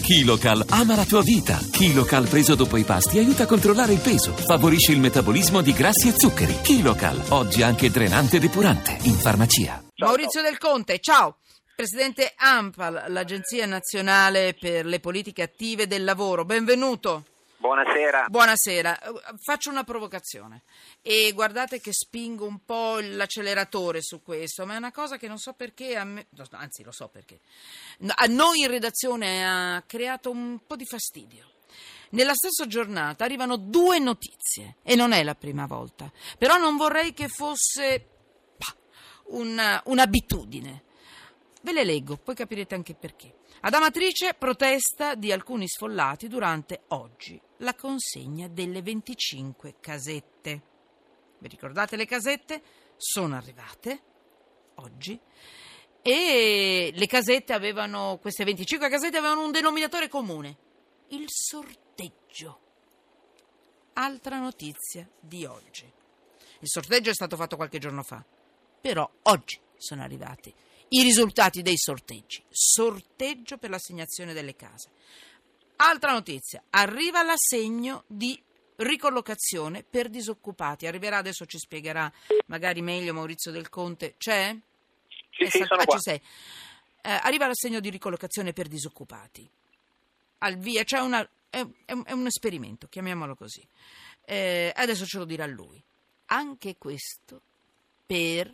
KiloCal ama la tua vita. KiloCal preso dopo i pasti aiuta a controllare il peso, favorisce il metabolismo di grassi e zuccheri. KiloCal, oggi anche drenante e depurante, in farmacia. Maurizio Del Conte, ciao. Presidente ANPAL, l'Agenzia Nazionale per le Politiche Attive del Lavoro. Benvenuto. Buonasera. Buonasera. Faccio una provocazione e guardate che spingo un po' l'acceleratore su questo, ma è una cosa che non so perché, anzi lo so perché, a noi in redazione ha creato un po' di fastidio. Nella stessa giornata arrivano 2 notizie e non è la prima volta, però non vorrei che fosse un'abitudine. Ve le leggo, poi capirete anche perché. Ad Amatrice, protesta di alcuni sfollati durante oggi la consegna delle 25 casette. Vi ricordate le casette? Sono arrivate oggi e le casette queste 25 casette avevano un denominatore comune: il sorteggio. Altra notizia di oggi. Il sorteggio è stato fatto qualche giorno fa, però oggi sono arrivati i risultati dei sorteggi. Sorteggio per l'assegnazione delle case. Altra notizia, arriva l'assegno di ricollocazione per disoccupati. Arriverà, adesso ci spiegherà magari meglio Maurizio Del Conte. C'è? Sì, sono qua. Ci sei. Arriva l'assegno di ricollocazione per disoccupati. Al via, è un esperimento, chiamiamolo così. Adesso ce lo dirà lui. Anche questo per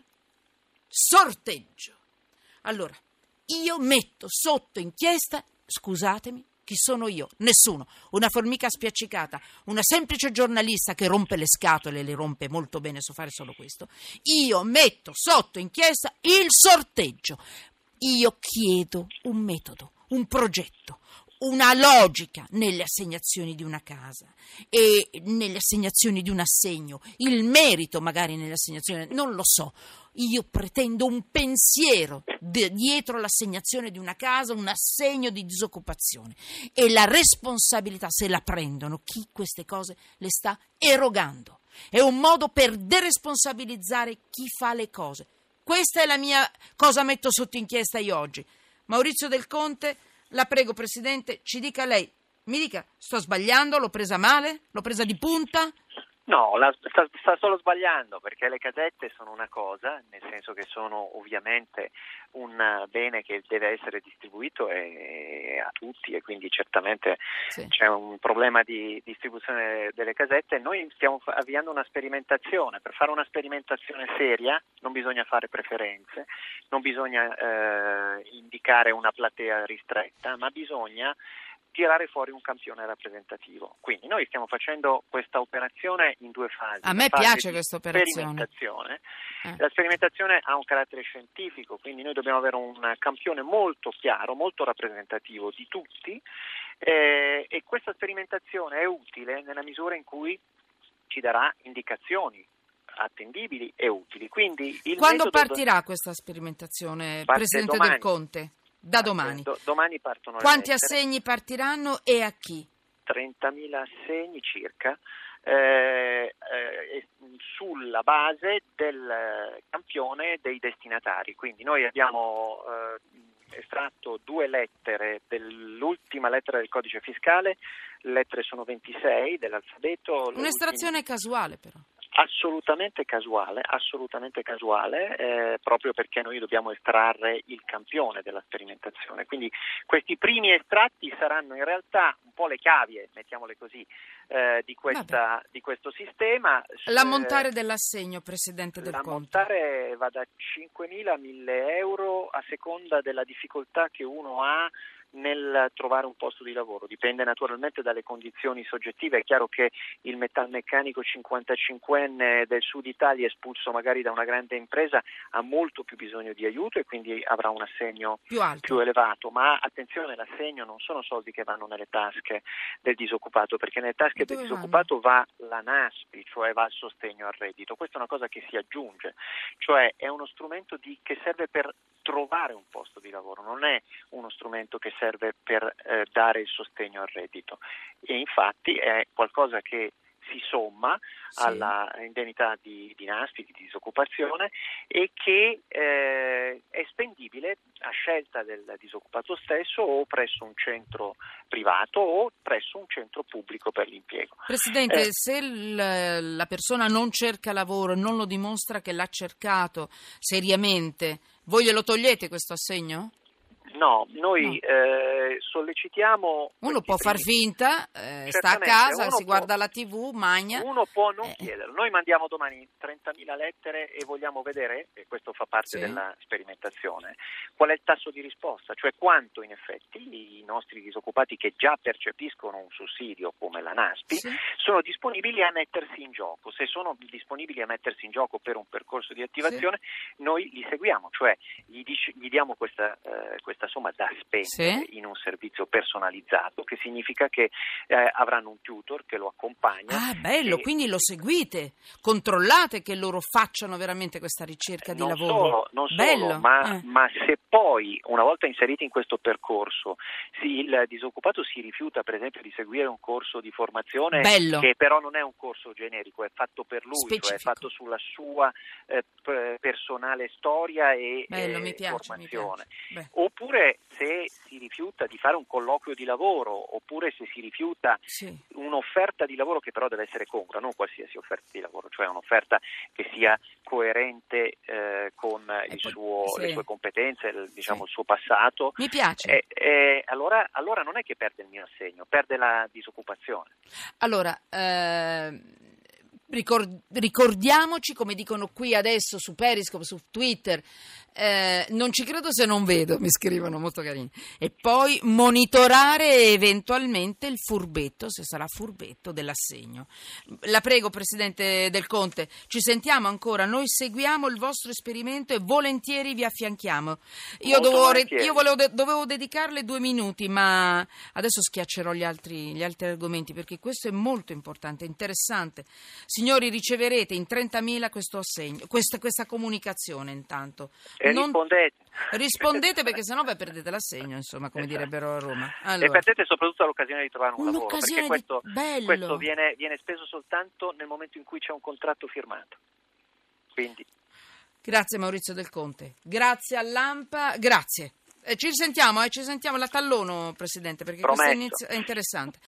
sorteggio. Allora, io metto sotto inchiesta, scusatemi, chi sono io? Nessuno. Una formica spiaccicata, una semplice giornalista che rompe le scatole, le rompe molto bene, so fare solo questo. Io metto sotto inchiesta il sorteggio. Io chiedo un metodo, un progetto, una logica nelle assegnazioni di una casa e nelle assegnazioni di un assegno, il merito magari nelle assegnazioni, non lo so. Io pretendo un pensiero dietro l'assegnazione di una casa, un assegno di disoccupazione, e la responsabilità se la prendono chi queste cose le sta erogando. È un modo per deresponsabilizzare chi fa le cose. Questa è la mia cosa metto sotto inchiesta io oggi. Maurizio Del Conte, la prego, Presidente, ci dica lei, mi dica, sto sbagliando, l'ho presa male, l'ho presa di punta? No, sta solo sbagliando, perché le casette sono una cosa, nel senso che sono ovviamente un bene che deve essere distribuito a tutti, e quindi certamente sì, c'è un problema di distribuzione delle casette. Noi stiamo avviando una sperimentazione. Per fare una sperimentazione seria non bisogna fare preferenze, non bisogna indicare una platea ristretta, ma bisogna tirare fuori un campione rappresentativo. Quindi noi stiamo facendo questa operazione in 2 fasi. A me piace questa operazione. La sperimentazione ha un carattere scientifico, quindi noi dobbiamo avere un campione molto chiaro, molto rappresentativo di tutti, e questa sperimentazione è utile nella misura in cui ci darà indicazioni attendibili e utili. Quindi quando partirà questa sperimentazione, Presidente domani. Del Conte? Da domani. Domani partono. Quanti assegni partiranno e a chi? 30.000 assegni circa, sulla base del campione dei destinatari. Quindi noi abbiamo estratto 2 lettere dell'ultima lettera del codice fiscale, le lettere sono 26 dell'alfabeto. Un'estrazione casuale però. Assolutamente casuale, proprio perché noi dobbiamo estrarre il campione della sperimentazione. Quindi questi primi estratti saranno in realtà un po' le cavie, mettiamole così, di questo sistema. L'ammontare dell'assegno, Presidente Del Conte? L'ammontare va da 5.000 a 1.000 euro a seconda della difficoltà che uno ha nel trovare un posto di lavoro. Dipende naturalmente dalle condizioni soggettive. È chiaro che il metalmeccanico 55enne del sud Italia, espulso magari da una grande impresa, ha molto più bisogno di aiuto e quindi avrà un assegno più elevato. Ma attenzione, l'assegno non sono soldi che vanno nelle tasche del disoccupato, perché nelle tasche del disoccupato va la NASPI, cioè va il sostegno al reddito. Questa è una cosa che si aggiunge, cioè è uno strumento che serve per trovare un posto di lavoro, non è uno strumento che serve per dare il sostegno al reddito, e infatti è qualcosa che si somma alla indennità di NASPI, di disoccupazione, e che è spendibile a scelta del disoccupato stesso o presso un centro privato o presso un centro pubblico per l'impiego. Presidente, se la persona non cerca lavoro e non lo dimostra che l'ha cercato seriamente, voi glielo togliete questo assegno? No, noi sollecitiamo... Uno può far finta, sta a casa, si guarda la TV, magna... Uno può non chiederlo. Noi mandiamo domani 30.000 lettere e vogliamo vedere, e questo fa parte della sperimentazione, qual è il tasso di risposta, cioè quanto in effetti i nostri disoccupati che già percepiscono un sussidio come la NASPI sono disponibili a mettersi in gioco. Se sono disponibili a mettersi in gioco per un percorso di attivazione, noi li seguiamo, cioè gli diamo questa somma da spendere in un servizio personalizzato, che significa che avranno un tutor che lo accompagna. Ah, bello, quindi lo seguite, controllate che loro facciano veramente questa ricerca di lavoro. Non solo, ma se poi, una volta inseriti in questo percorso, il disoccupato si rifiuta per esempio di seguire un corso di formazione che però non è un corso generico, è fatto per lui, specifico, cioè è fatto sulla sua personale storia e formazione. Oppure se si rifiuta di fare un colloquio di lavoro, oppure se si rifiuta un'offerta di lavoro che però deve essere congrua, non qualsiasi offerta di lavoro, cioè un'offerta che sia coerente con le sue competenze, il suo passato. Mi piace. Allora non è che perde il mio assegno, perde la disoccupazione. Allora, ricordiamoci, come dicono qui adesso su Periscope, su Twitter, non ci credo se non vedo, mi scrivono molto carini, e poi monitorare eventualmente il furbetto, se sarà furbetto, dell'assegno. La prego, Presidente Del Conte, ci sentiamo ancora, noi seguiamo il vostro esperimento e volentieri vi affianchiamo. Io dovevo dedicarle 2 minuti, ma adesso schiaccerò gli altri argomenti, perché questo è molto importante, interessante. Signori, riceverete in 30.000 questo assegno, questa comunicazione intanto. Rispondete perché sennò perdete l'assegno, insomma, come direbbero a Roma. Allora. E perdete soprattutto l'occasione di trovare un lavoro, perché questo viene speso soltanto nel momento in cui c'è un contratto firmato. Quindi. Grazie Maurizio Del Conte, grazie all'ANPA, grazie. Ci sentiamo, la tallono, Presidente, perché questo è interessante.